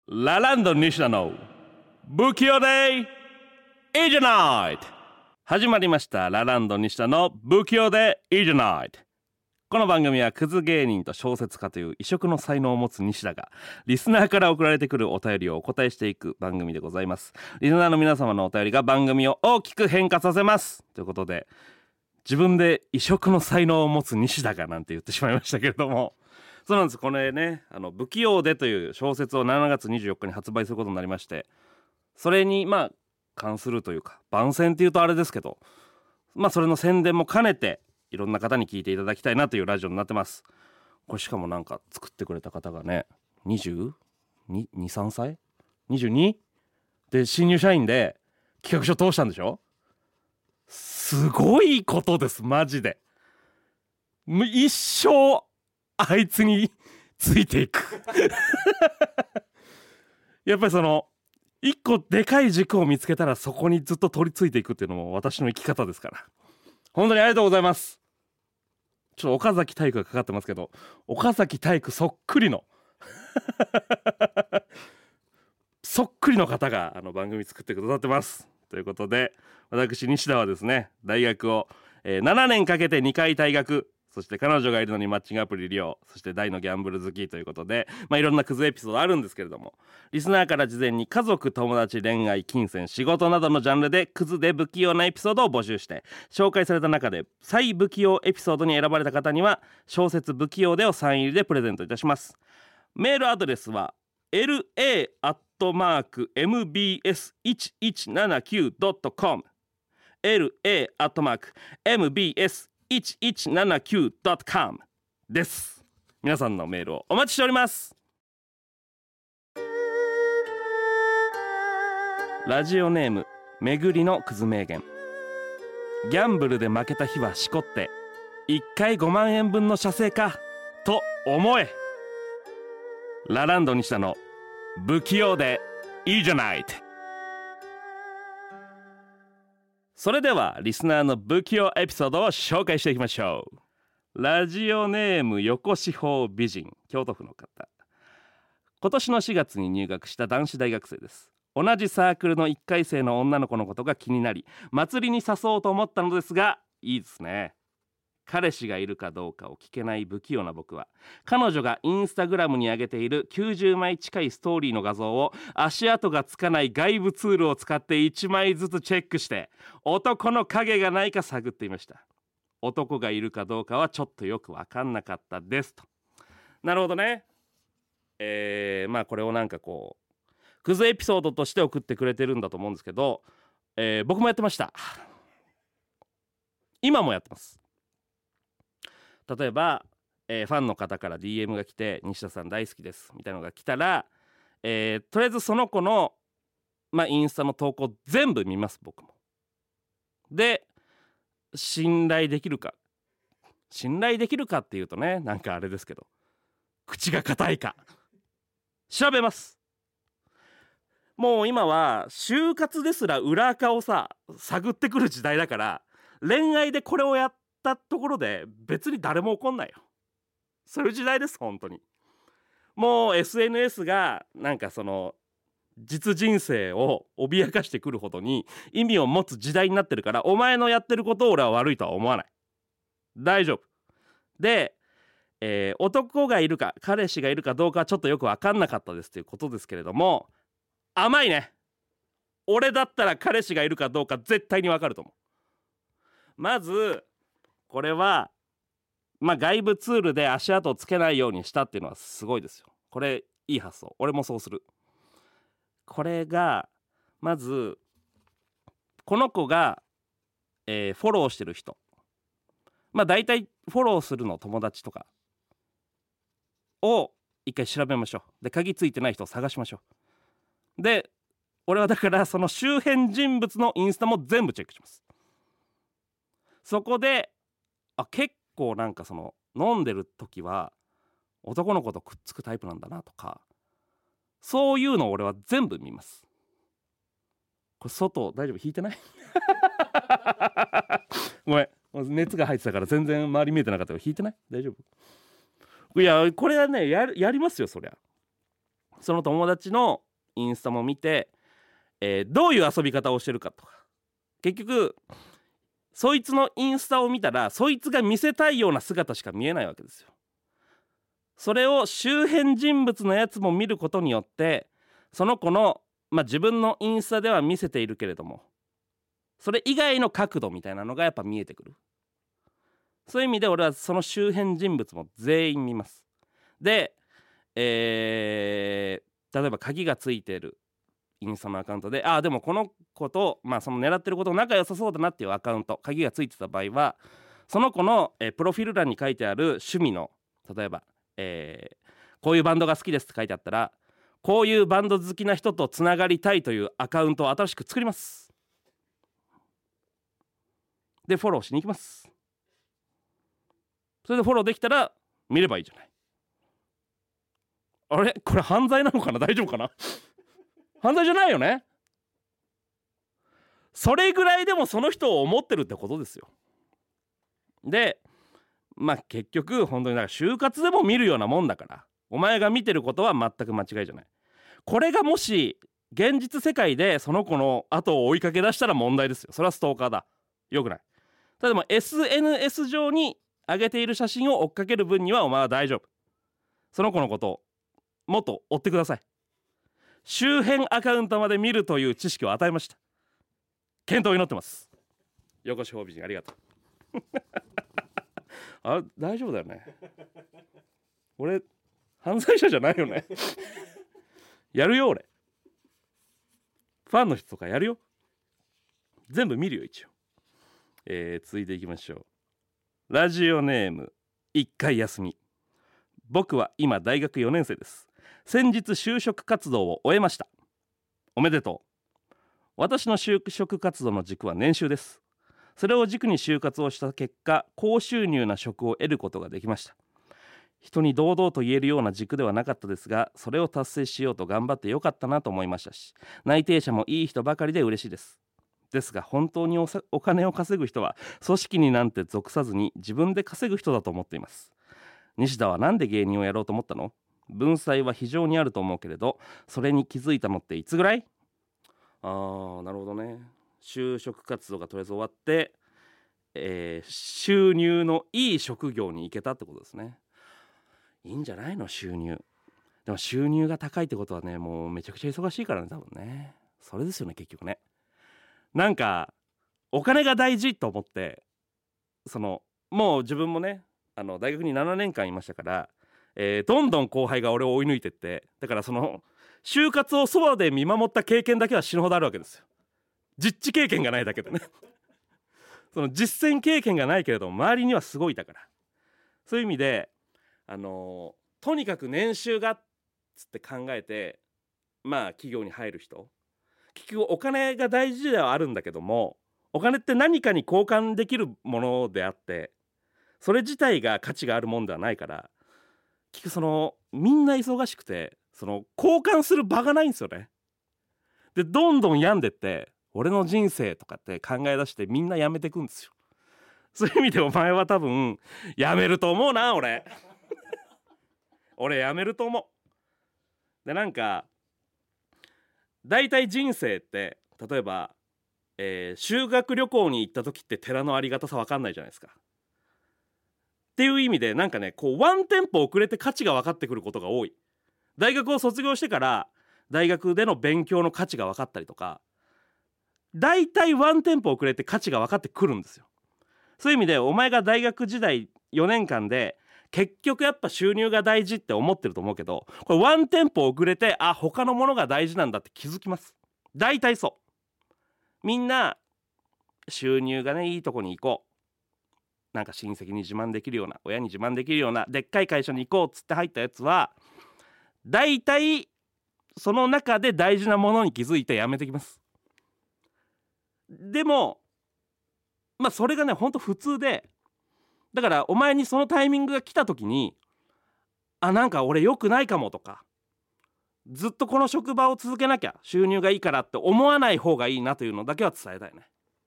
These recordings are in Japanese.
ラランド西田の不器用でいいじゃない始まりました。ラランド西田の不器用でいいじゃない。この番組はクズ芸人と小説家という異色の才能を持つ西田がリスナーから送られてくるお便りをお答えしていく番組でございます。リスナーの皆様のお便りが番組を大きく変化させますということで、自分で異色の才能を持つ西田がなんて言ってしまいましたけれども、そうなんです。これね、不器用でという小説を7月24日に発売することになりまして、それに関するというか番宣っていうとあれですけど、それの宣伝も兼ねていろんな方に聞いていただきたいなというラジオになってます。これしかも作ってくれた方がね、22、3歳 22? で新入社員で企画書通したんでしょ。すごいことです、マジで。一生あいつについていくやっぱりその一個でかい軸を見つけたらそこにずっと取り付いていくっていうのも私の生き方ですから、本当にありがとうございます。ちょっと岡崎体育がかかってますけど、岡崎体育そっくりのそっくりの方が番組作ってくださってます。ということで、私西田はですね、大学を、7年かけて2回退学、そして彼女がいるのにマッチングアプリ利用、そして大のギャンブル好きということで、いろんなクズエピソードあるんですけれども、リスナーから事前に家族、友達、恋愛、金銭、仕事などのジャンルでクズで不器用なエピソードを募集して、紹介された中で最不器用エピソードに選ばれた方には小説不器用でをサイン入りでプレゼントいたします。メールアドレスは la@mbs1179.com la@mbs1179.com です。皆さんのメールをお待ちしております。ラジオネームめぐりのクズ名言。ギャンブルで負けた日はしこって1回5万円分の射精かと思え。ラランド西田の不器用でいいじゃない。それではリスナーの不器用エピソードを紹介していきましょう。ラジオネーム横四方美人、京都府の方。今年の4月に入学した男子大学生です。同じサークルの1回生の女の子のことが気になり、祭りに誘おうと思ったのですが、いいですね、彼氏がいるかどうかを聞けない不器用な僕は、彼女がインスタグラムに上げている90枚近いストーリーの画像を足跡がつかない外部ツールを使って1枚ずつチェックして男の影がないか探っていました。男がいるかどうかはちょっとよく分かんなかったですと。なるほどね。これをクズエピソードとして送ってくれてるんだと思うんですけど、僕もやってました。今もやってます。例えば、ファンの方から DM が来て、西田さん大好きですみたいなのが来たら、とりあえずその子の、インスタの投稿全部見ます、僕も。で、信頼できるかっていうとね、あれですけど、口が硬いか調べます。もう今は就活ですら裏垢を探ってくる時代だから、恋愛でこれをやったところで別に誰も怒んないよ。そういう時代です、本当に。もう SNS がその実人生を脅かしてくるほどに意味を持つ時代になってるから、お前のやってることを俺は悪いとは思わない。大丈夫で、男がいるか彼氏がいるかどうかはちょっとよく分かんなかったですということですけれども、甘いね。俺だったら彼氏がいるかどうか絶対に分かると思う。まずこれは外部ツールで足跡をつけないようにしたっていうのはすごいですよ。これいい発想。俺もそうする。これがまずこの子が、フォローしてる人、大体フォローするの友達とかを一回調べましょう。で、鍵ついてない人を探しましょう。で、俺はだからその周辺人物のインスタも全部チェックします。そこで結構その飲んでる時は男の子とくっつくタイプなんだなとか、そういうのを俺は全部見ます。これ外大丈夫？引いてないごめん、熱が入ってたから全然周り見えてなかったけど、引いてない？大丈夫？いやこれはね、やりますよ、そりゃ。 その友達のインスタも見て、どういう遊び方をしてるかとか、結局そいつのインスタを見たらそいつが見せたいような姿しか見えないわけですよ。それを周辺人物のやつも見ることによって、その子の、自分のインスタでは見せているけれども、それ以外の角度みたいなのがやっぱ見えてくる。そういう意味で俺はその周辺人物も全員見ます。で、例えば鍵がついてるインスタのアカウントで、でもこの子と、その狙ってること仲良さそうだなっていうアカウント、鍵がついてた場合は、その子の、プロフィール欄に書いてある趣味の、例えば、こういうバンドが好きですって書いてあったら、こういうバンド好きな人とつながりたいというアカウントを新しく作ります。でフォローしに行きます。それでフォローできたら見ればいいじゃない。あれこれ犯罪なのかな、大丈夫かな犯罪じゃないよね。それぐらいでもその人を思ってるってことですよ。で結局本当に就活でも見るようなもんだから、お前が見てることは全く間違いじゃない。これがもし現実世界でその子の後を追いかけ出したら問題ですよ。それはストーカーだ。よくない。ただSNS 上に上げている写真を追っかける分にはお前は大丈夫。その子のことをもっと追ってください。周辺アカウントまで見るという知識を与えました。健闘を祈ってます。横志保美人、ありがとう大丈夫だよね。俺犯罪者じゃないよねやるよ俺。ファンの人とかやるよ。全部見るよ一応。続いていきましょう。ラジオネーム一回休み。僕は今大学4年生です。先日就職活動を終えました。おめでとう。私の就職活動の軸は年収です。それを軸に就活をした結果、高収入な職を得ることができました。人に堂々と言えるような軸ではなかったですが、それを達成しようと頑張ってよかったなと思いましたし、内定者もいい人ばかりで嬉しいです。ですが本当にお金を稼ぐ人は組織になんて属さずに自分で稼ぐ人だと思っています。西田はなんで芸人をやろうと思ったの？文才は非常にあると思うけれど、それに気づいたのっていつぐらい？なるほどね。就職活動がとりあえず終わって、収入のいい職業に行けたってことですね。いいんじゃないの収入。でも収入が高いってことはね、もうめちゃくちゃ忙しいからね、多分ね。それですよね結局ね。なんかお金が大事と思って、もう自分もね、大学に7年間いましたから、どんどん後輩が俺を追い抜いてって、だから就活をそばで見守った経験だけは死ぬほどあるわけですよ。実地経験がないだけでねその実践経験がないけれども周りにはすごいだから、そういう意味でとにかく年収がっつって考えて企業に入る人、結局お金が大事ではあるんだけども、お金って何かに交換できるものであって、それ自体が価値があるもんではないから、結局みんな忙しくて交換する場がないんですよね。でどんどん病んでって、俺の人生とかって考え出してみんな辞めてくんですよ。そういう意味でお前は多分辞めると思うな俺俺辞めると思う。でだいたい人生って例えば、修学旅行に行った時って寺のありがたさ分かんないじゃないですか。っていう意味でワンテンポ遅れて価値が分かってくることが多い。大学を卒業してから大学での勉強の価値が分かったりとか、だいたいワンテンポ遅れて価値が分かってくるんですよ。そういう意味でお前が大学時代4年間で結局やっぱ収入が大事って思ってると思うけど、これワンテンポ遅れて他のものが大事なんだって気づきます。だいたいそう。みんな収入がねいいとこに行こう、親戚に自慢できるような、親に自慢できるようなでっかい会社に行こうっつって入ったやつは、だいたいその中で大事なものに気づいて辞めてきます。でもそれがねほんと普通で、だからお前にそのタイミングが来た時に、俺良くないかもとか、ずっとこの職場を続けなきゃ収入がいいからって思わない方がいいなというのだけは伝えたいね。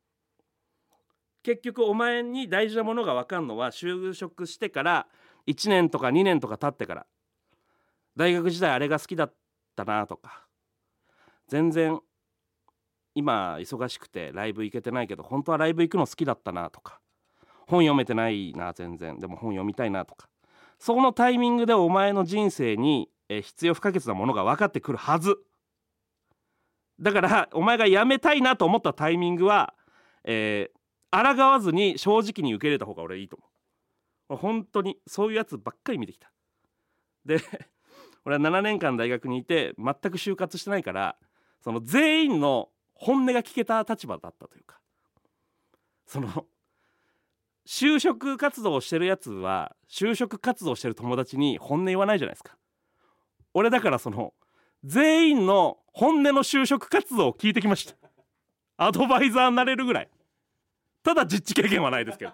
結局お前に大事なものが分かんのは就職してから1年とか2年とか経ってから、大学時代あれが好きだったなとか、全然今忙しくてライブ行けてないけど本当はライブ行くの好きだったなとか、本読めてないな全然、でも本読みたいなとか、そのタイミングでお前の人生に必要不可欠なものが分かってくるはずだから、お前が辞めたいなと思ったタイミングは抗わずに正直に受け入れた方が俺いいと思う。本当にそういうやつばっかり見てきた。で俺は7年間大学にいて全く就活してないから、その全員の本音が聞けた立場だったというか、その就職活動をしてるやつは就職活動してる友達に本音言わないじゃないですか。俺だからその全員の本音の就職活動を聞いてきました。アドバイザーになれるぐらい。ただ実地経験はないですけど。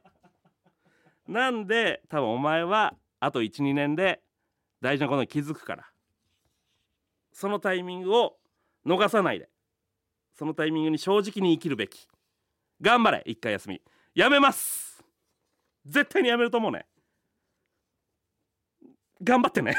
なんで多分お前はあと 1,2 年で大事なことに気づくから、そのタイミングを逃さないで、そのタイミングに正直に生きるべき。頑張れ。一回休みやめます。絶対にやめると思うね。頑張ってね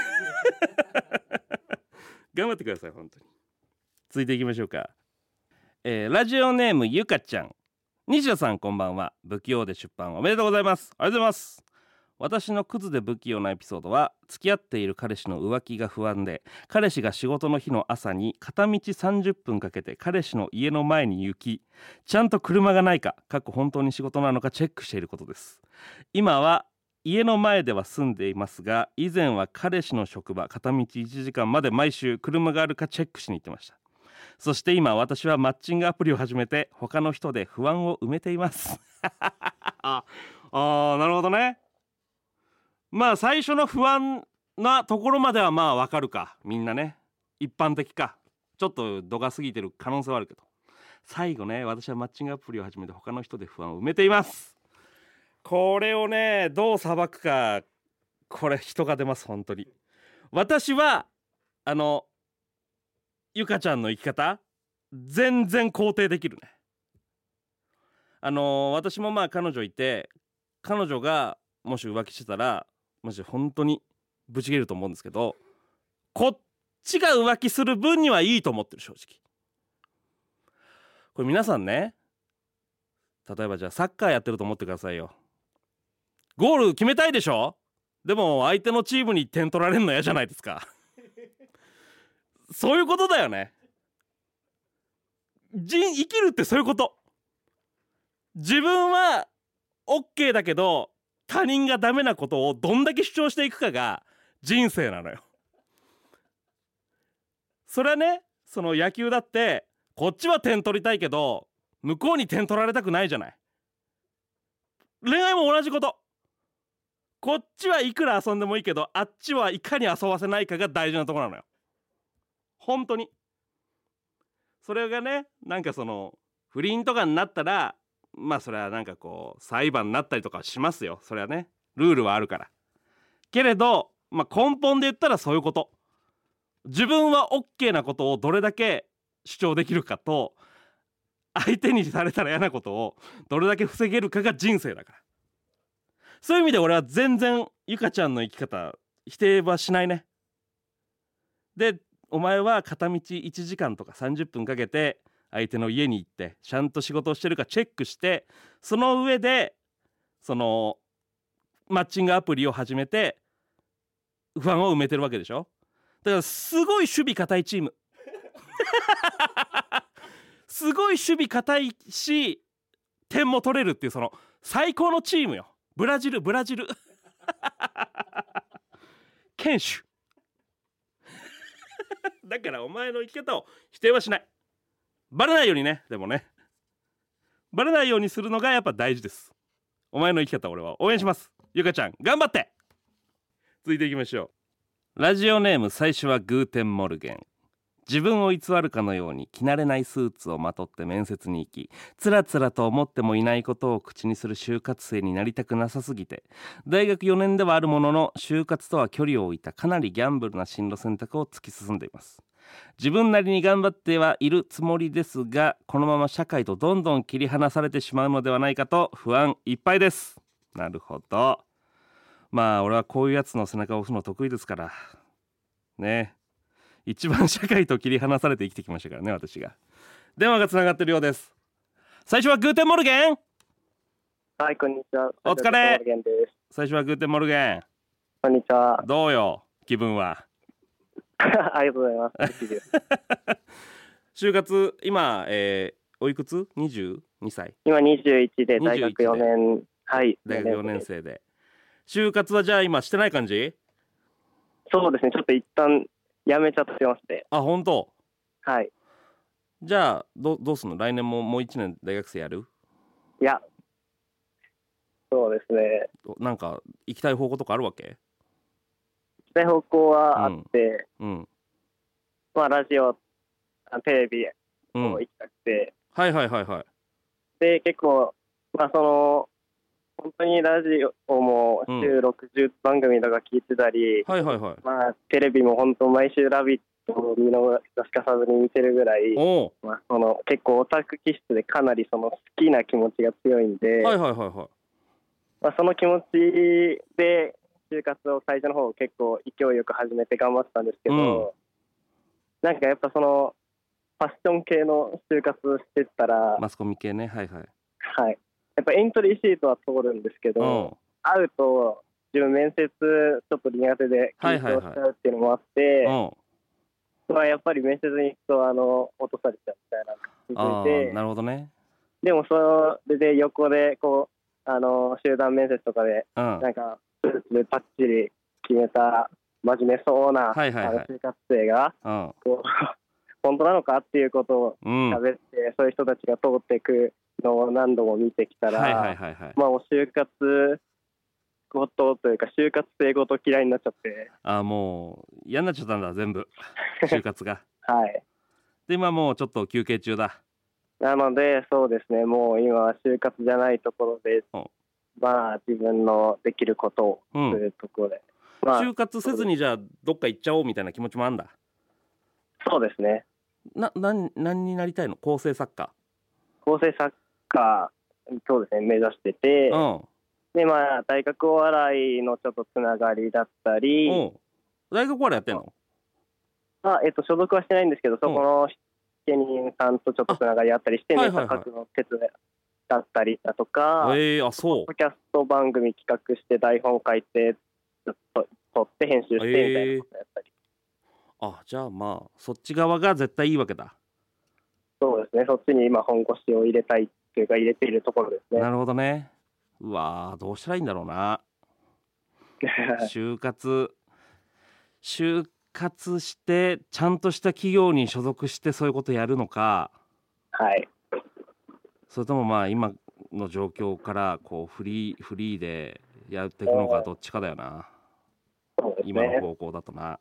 頑張ってください本当に。続いていきましょうか。ラジオネームゆかちゃん。西田さんこんばんは。不器用で出版おめでとうございます。ありがとうございます。私のクズで不器用なエピソードは、付き合っている彼氏の浮気が不安で、彼氏が仕事の日の朝に片道30分かけて彼氏の家の前に行き、ちゃんと車がないか本当に仕事なのかチェックしていることです。今は家の前では住んでいますが、以前は彼氏の職場片道1時間まで毎週車があるかチェックしに行ってました。そして今私はマッチングアプリを始めて他の人で不安を埋めていますなるほどね。まあ最初の不安なところまではまあわかるか、みんなね。一般的か、ちょっと度が過ぎてる可能性はあるけど、最後ね、私はマッチングアプリを始めて他の人で不安を埋めています。これをねどう裁くか、これ人が出ます本当に。私はゆかちゃんの生き方全然肯定できるね。私もまあ彼女いて、彼女がもし浮気してたらマジで本当にブチ切れると思うんですけど、こっちが浮気する分にはいいと思ってる。正直これ皆さんね、例えばじゃあサッカーやってると思ってくださいよ。ゴール決めたいでしょ。でも相手のチームに点取られるの嫌じゃないですかそういうことだよね。生きるってそういうこと。自分は OK だけど他人がダメなことをどんだけ主張していくかが人生なのよ。それはね、その野球だってこっちは点取りたいけど向こうに点取られたくないじゃない。恋愛も同じこと。こっちはいくら遊んでもいいけどあっちはいかに遊ばせないかが大事なところなのよ本当に。それがね、なんかその不倫とかになったらまあそれはなんかこう裁判になったりとかしますよ。それはねルールはあるから。けれどまあ根本で言ったらそういうこと。自分は OK なことをどれだけ主張できるかと、相手にされたら嫌なことをどれだけ防げるかが人生だから。そういう意味で俺は全然ゆかちゃんの生き方否定はしないね。でお前は片道1時間とか30分かけて相手の家に行ってちゃんと仕事をしてるかチェックして、その上でそのマッチングアプリを始めて不安を埋めてるわけでしょ。だからすごい守備固いチームすごい守備固いし点も取れるっていうその最高のチームよ。ブラジル堅守だからお前の生き方を否定はしない。バレないようにね。でもねバレないようにするのがやっぱ大事です。お前の生き方俺は応援します。ゆかちゃん頑張って。続いていきましょう。ラジオネーム最初はグーテンモルゲン。自分を偽るかのように着慣れないスーツをまとって面接に行き、つらつらと思ってもいないことを口にする就活生になりたくなさすぎて、大学4年ではあるものの就活とは距離を置いたかなりギャンブルな進路選択を突き進んでいます。自分なりに頑張ってはいるつもりですが、このまま社会とどんどん切り離されてしまうのではないかと不安いっぱいです。なるほど。まあ俺はこういうやつの背中を押すの得意ですからね。 一番社会と切り離されて生きてきましたからね、私が。電話がつながってるようです。最初はグーテンモルゲン。 はい、こんにちは。 お疲れ。 グーテンモルゲンです。 最初はグーテンモルゲン。 こんにちは。 どうよ気分は。 ありがとうございます。 就活今、おいくつ ?22 歳。 今21で大学4 で年。はい。 大学4年生で。就活はじゃあ今してない感じ？ そうですね。ちょっと一旦やめちゃってまして。 あ、本当。 はい。 じゃあどうすんの？来年もう1年大学生やる？ いや、そうですね。 なんか行きたい方向とかあるわけ？ 行きたい方向はあって、 うん。 まあラジオ、テレビを行きたくて、 はいはいはいはい。 で、結構、まあ本当にラジオも週60番組とか聞いてたり、 はいはいはい。 まあテレビも本当毎週ラビットを見逃しかさずに見てるぐらい、まあ、結構オタク気質でかなり好きな気持ちが強いんで、 はいはいはいはい。 まあ、その気持ちで就活を最初の方結構勢いよく始めて頑張ってたんですけど、なんかやっぱファッション系の就活してたら、 マスコミ系ね、はいはい。 はい、やっぱエントリーシートは通るんですけど、会うと自分面接ちょっと苦手で緊張しちゃうっていうのもあって、まあ、やっぱり面接に行くと落とされちゃうみたいなのが続いて、 なるほどね。 でもそれで横でこう集団面接とかで、なんかスーツでパッチリ決めた真面目そうな、就活生が、こう本当なのかっていうことを喋って、そういう人たちが通っていくのを何度も見てきたら、まあもう就活ごとというか就活生ごと嫌いになっちゃって。 もう嫌になっちゃったんだ全部就活が。 はい。 で今もうちょっと休憩中だ。 なのでそうですね、もう今は就活じゃないところで、まあ自分のできることをするところで、 まあ、就活せずにじゃあどっか行っちゃおうみたいな気持ちもあんだ。 そうですね。 何になりたいの？構成作家。 構成作家、そうですね、目指してて、でまあ大学お笑いのちょっとつながりだったり。 大学お笑いやってんの？ 所属はしてないんですけど、そこの芸人さんとちょっとつながりあったりして、ネタ書くの手伝だったりだとか、ポッドキャスト番組企画して台本書いてずっと撮って編集してみたいなことやったり。 じゃあまあそっち側が絶対いいわけだ。 そうですね、そっちに今本腰を入れたいというか入れているところですね。 なるほどね。うわどうしたらいいんだろうな就活してちゃんとした企業に所属してそういうことやるのか、それともまあ今の状況からこうフリーでやっていくのかどっちかだよな、今の方向だとな。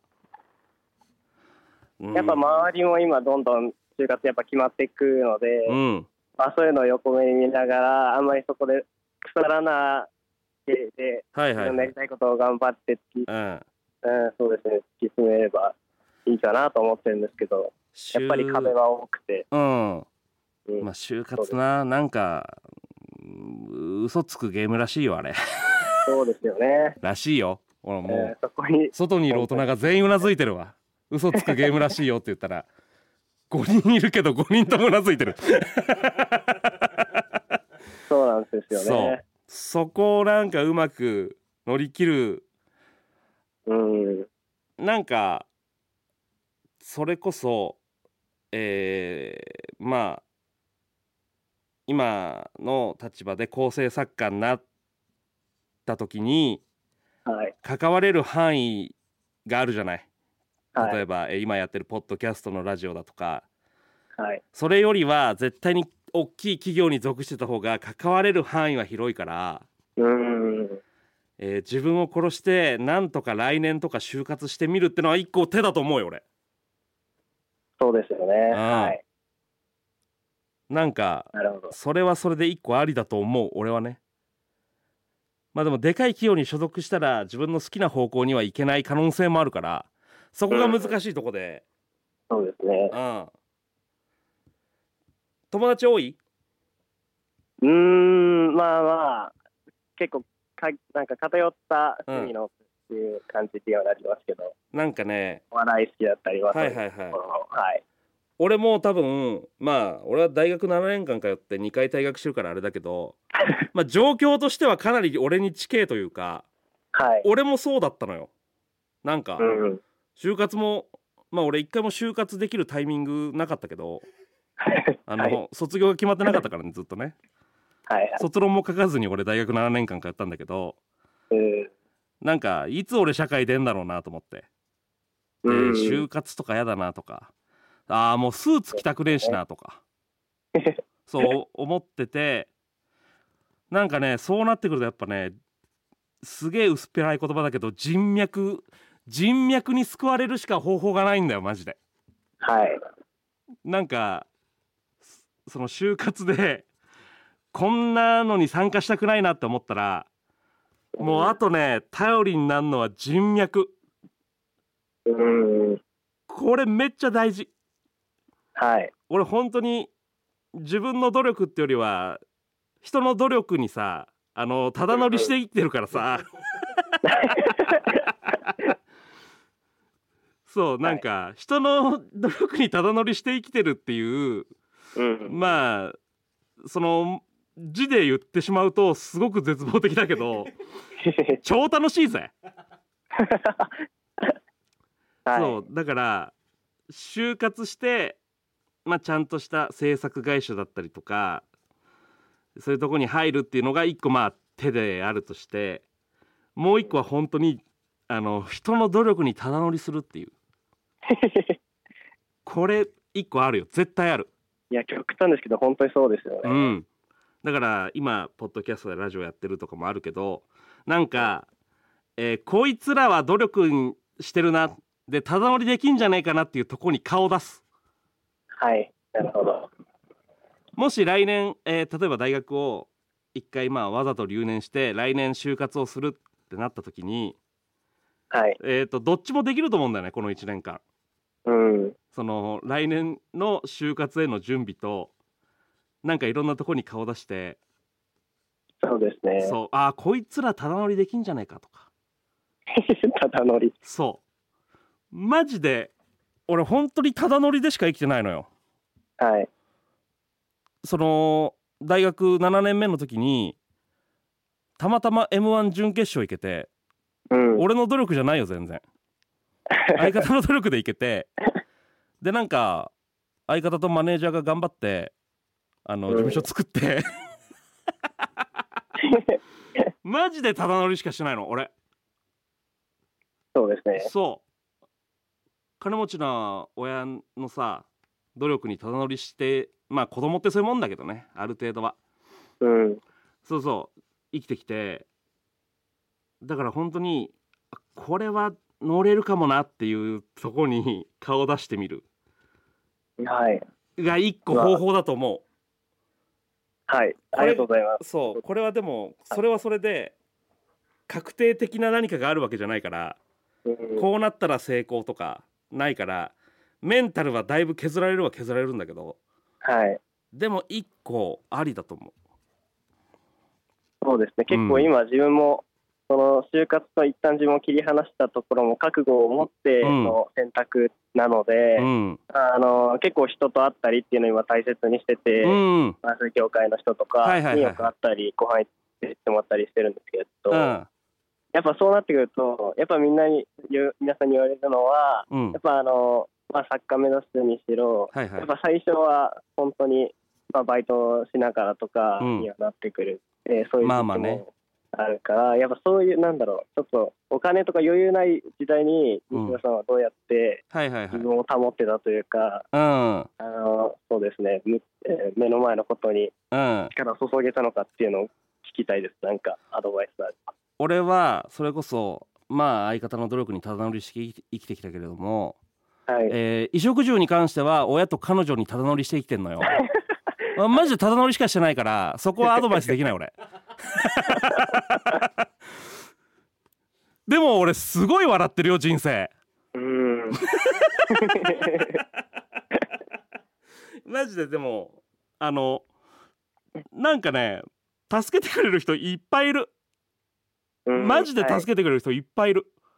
やっぱ周りも今どんどん就活やっぱ決まっていくので、まあ、そういうのを横目に見ながらあんまりそこで腐らないで、やりたいことを頑張ってそうですね、突き詰めればいいかなと思ってるんですけど、やっぱり壁は多くて。 まあ就活な、なんか嘘つくゲームらしいよあれ。 そうですよね。 らしいよ。もうそこに外にいる大人が全員うなずいてるわ。嘘つくゲームらしいよって言ったら5人いるけど5人ともうなずいてる。 そうなんですよね。 そこをなんかうまく乗り切る、なんかそれこそまあ今の立場で構成作家になった時に、関われる範囲があるじゃない。例えば、今やってるポッドキャストのラジオだとか、それよりは絶対に大きい企業に属してた方が関われる範囲は広いから、自分を殺してなんとか来年とか就活してみるってのは一個手だと思うよ俺。 そうですよね。 なんかそれはそれで一個ありだと思う俺はね。まあでもでかい企業に所属したら自分の好きな方向にはいけない可能性もあるから、そこが難しいとこで。 そうですね。 友達多い？ まあまあ結構なんか偏った趣味のっていう感じにはなりますけど、 なんかね、 お笑い好きだったりは、 はいはいはい、俺も多分まあ俺は大学7年間通って2回退学してるからあれだけどまあ状況としてはかなり俺に近いというか、 はい、 俺もそうだったのよ。なんか、就活もまあ俺一回も就活できるタイミングなかったけどはい、卒業が決まってなかったからねずっとねはい、はい、卒論も書かずに俺大学7年間通ったんだけど、なんかいつ俺社会出んだろうなと思って、で就活とかやだなとか、ああもうスーツ着たくねえしなとかそう思ってて、なんかねそうなってくるとやっぱね、すげえ薄っぺらい言葉だけど人脈に救われるしか方法がないんだよマジで。 はい。 なんかその就活でこんなのに参加したくないなって思ったら、もうあとね頼りになるのは人脈。これめっちゃ大事。はい。俺本当に自分の努力ってよりは人の努力にさ、ただ乗りして生きてるからさそうなんか人の努力にただ乗りして生きてるっていう、まあその字で言ってしまうとすごく絶望的だけど超楽しいぜそうだから就活して、まあ、ちゃんとした制作会社だったりとかそういうとこに入るっていうのが一個まあ手であるとして、もう一個は本当に人の努力にただ乗りするっていうこれ一個あるよ、絶対ある。 いや極端ですけど本当にそうですよね。 だから今ポッドキャストでラジオやってるとかもあるけど、なんか、こいつらは努力してるなでただ乗りできんじゃねえかなっていうとこに顔出す。 はい、なるほど。 もし来年、例えば大学を一回まあわざと留年して来年就活をするってなった時に、はい、どっちもできると思うんだよねこの1年間。その来年の就活への準備と、なんかいろんなとこに顔出して、 そうですね。 そう、こいつらただ乗りできんじゃないかとかただ乗り。 そうマジで俺本当にただ乗りでしか生きてないのよ。はい。その大学7年目の時にたまたま M1 準決勝行けて、俺の努力じゃないよ全然相方の努力で行けてでなんか相方とマネージャーが頑張って事務所作ってマジでただ乗りしかしてないの俺。 そうですね。 そう金持ちな親のさ努力にただ乗りして、まあ子供ってそういうもんだけどね、ある程度は。そうそう生きてきて、だから本当にこれは乗れるかもなっていうとこに顔出してみる、はい、が一個方法だと思う。 はい、ありがとうございます。 そうこれはでもそれはそれで確定的な何かがあるわけじゃないから、こうなったら成功とかないからメンタルはだいぶ削られるは削られるんだけど、はい、でも一個ありだと思う。 そうですね、結構今自分もその就活と一旦自分を切り離したところも覚悟を持っての選択なので、結構人と会ったりっていうのを今大切にしてて、そういう業界の人とかによく会ったりご飯行ってもらったりしてるんですけど、やっぱそうなってくるとやっぱ皆さんに言われるのは、やっぱ作家目指すにしろ、やっぱ最初は本当にバイトしながらとかにはなってくる、そういう時もあるから、やっぱそういうちょっとお金とか余裕ない時代に西村さんはどうやって自分を保ってたというか、そうですね、目の前のことに力を注げたのかっていうのを聞きたいです。なんかアドバイスある。 俺はそれこそまあ相方の努力にただ乗りして生きてきたけれども、はい、衣食住に関しては親と彼女にただ乗りして生きてんのよマジでただ乗りしかしてないからそこはアドバイスできない俺でも俺すごい笑ってるよ人生マジで。でもなんかね助けてくれる人いっぱいいる、マジで助けてくれる人いっぱいいる、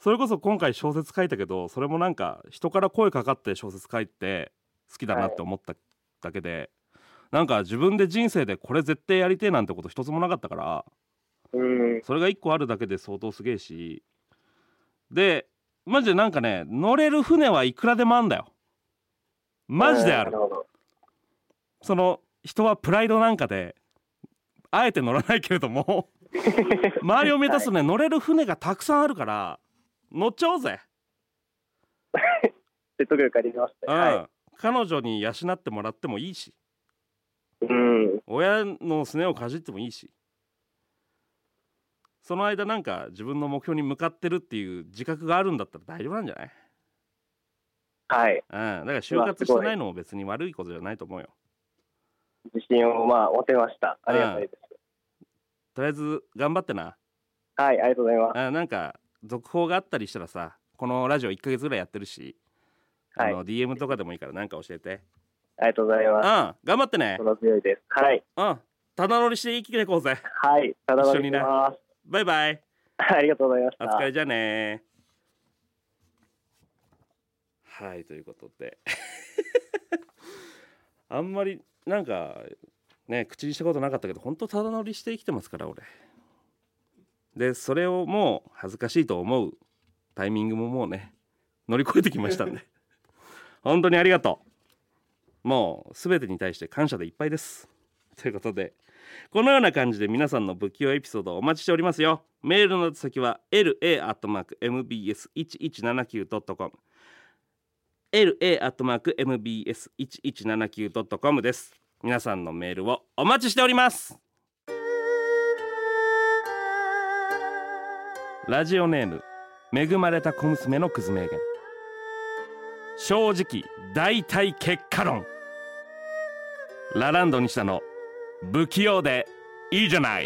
それこそ今回小説書いたけど、それもなんか人から声かかって小説書いて好きだなって思っただけで、なんか自分で人生でこれ絶対やりてえなんてこと一つもなかったから、それが一個あるだけで相当すげえし、でマジでなんかね、乗れる船はいくらでもあんだよ。マジである。その人はプライドなんかであえて乗らないけれども周りを目指すね、乗れる船がたくさんあるから乗っちゃおうぜ。 説得力ありますね。 彼女に養ってもらってもいいし、親のすねをかじってもいいし、その間なんか自分の目標に向かってるっていう自覚があるんだったら大丈夫なんじゃない？ はい。 だから就活してないのも別に悪いことじゃないと思うよ。 自信を持てました。ありがたいです。 とりあえず頑張ってな。 はい、ありがとうございます。 なんか続報があったりしたらさ、このラジオ1ヶ月ぐらいやってるし、DM とかでもいいからなんか教えて。 ありがとうございます。 頑張ってね。 心強いです。はい。 ただ乗りして生きていこうぜ。 はい、ただ乗りします。 バイバイ。 ありがとうございました。 お疲れじゃね。はい、ということであんまりなんかね口にしたことなかったけど、本当ただ乗りして生きてますから俺で、それをもう恥ずかしいと思うタイミングももうね乗り越えてきましたんで本当にありがとう。もう全てに対して感謝でいっぱいですということで、このような感じで皆さんの不器用エピソードをお待ちしておりますよ。メールの宛先は la@mbs1179.com la@mbs1179.com です。皆さんのメールをお待ちしております。ラジオネーム恵まれた小娘のクズ名言。正直大体結果論。ラランド西田の不器用でいいじゃないって。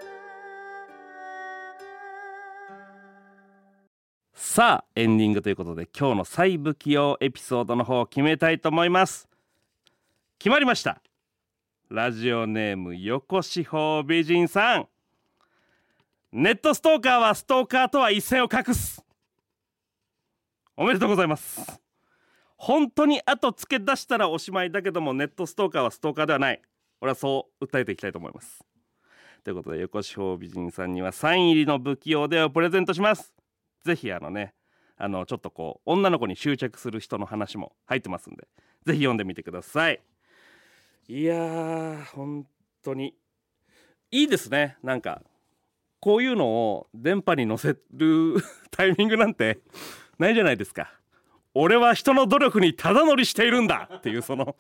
さあエンディングということで、今日の最不器用エピソードの方を決めたいと思います。決まりました。ラジオネーム横四方美人さん。ネットストーカーはストーカーとは一線を画す。おめでとうございます。本当に後付け出したらおしまいだけども、ネットストーカーはストーカーではない。俺はそう訴えていきたいと思います。ということで、横四方美人さんにはサイン入りの不器用でをプレゼントします。ぜひちょっとこう女の子に執着する人の話も入ってますんで、ぜひ読んでみてください。いやー本当にいいですね。なんかこういうのを電波に乗せるタイミングなんてないじゃないですか。俺は人の努力にただ乗りしているんだっていうその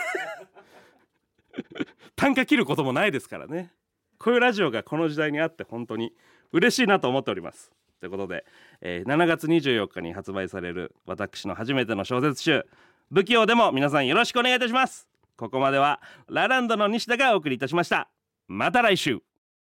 単価切ることもないですからね。こういうラジオがこの時代にあって本当に嬉しいなと思っております。ということで、7月24日に発売される私の初めての小説集不器用でも皆さんよろしくお願いいたします。ここまではラランドの西田がお送りいたしました。また来週。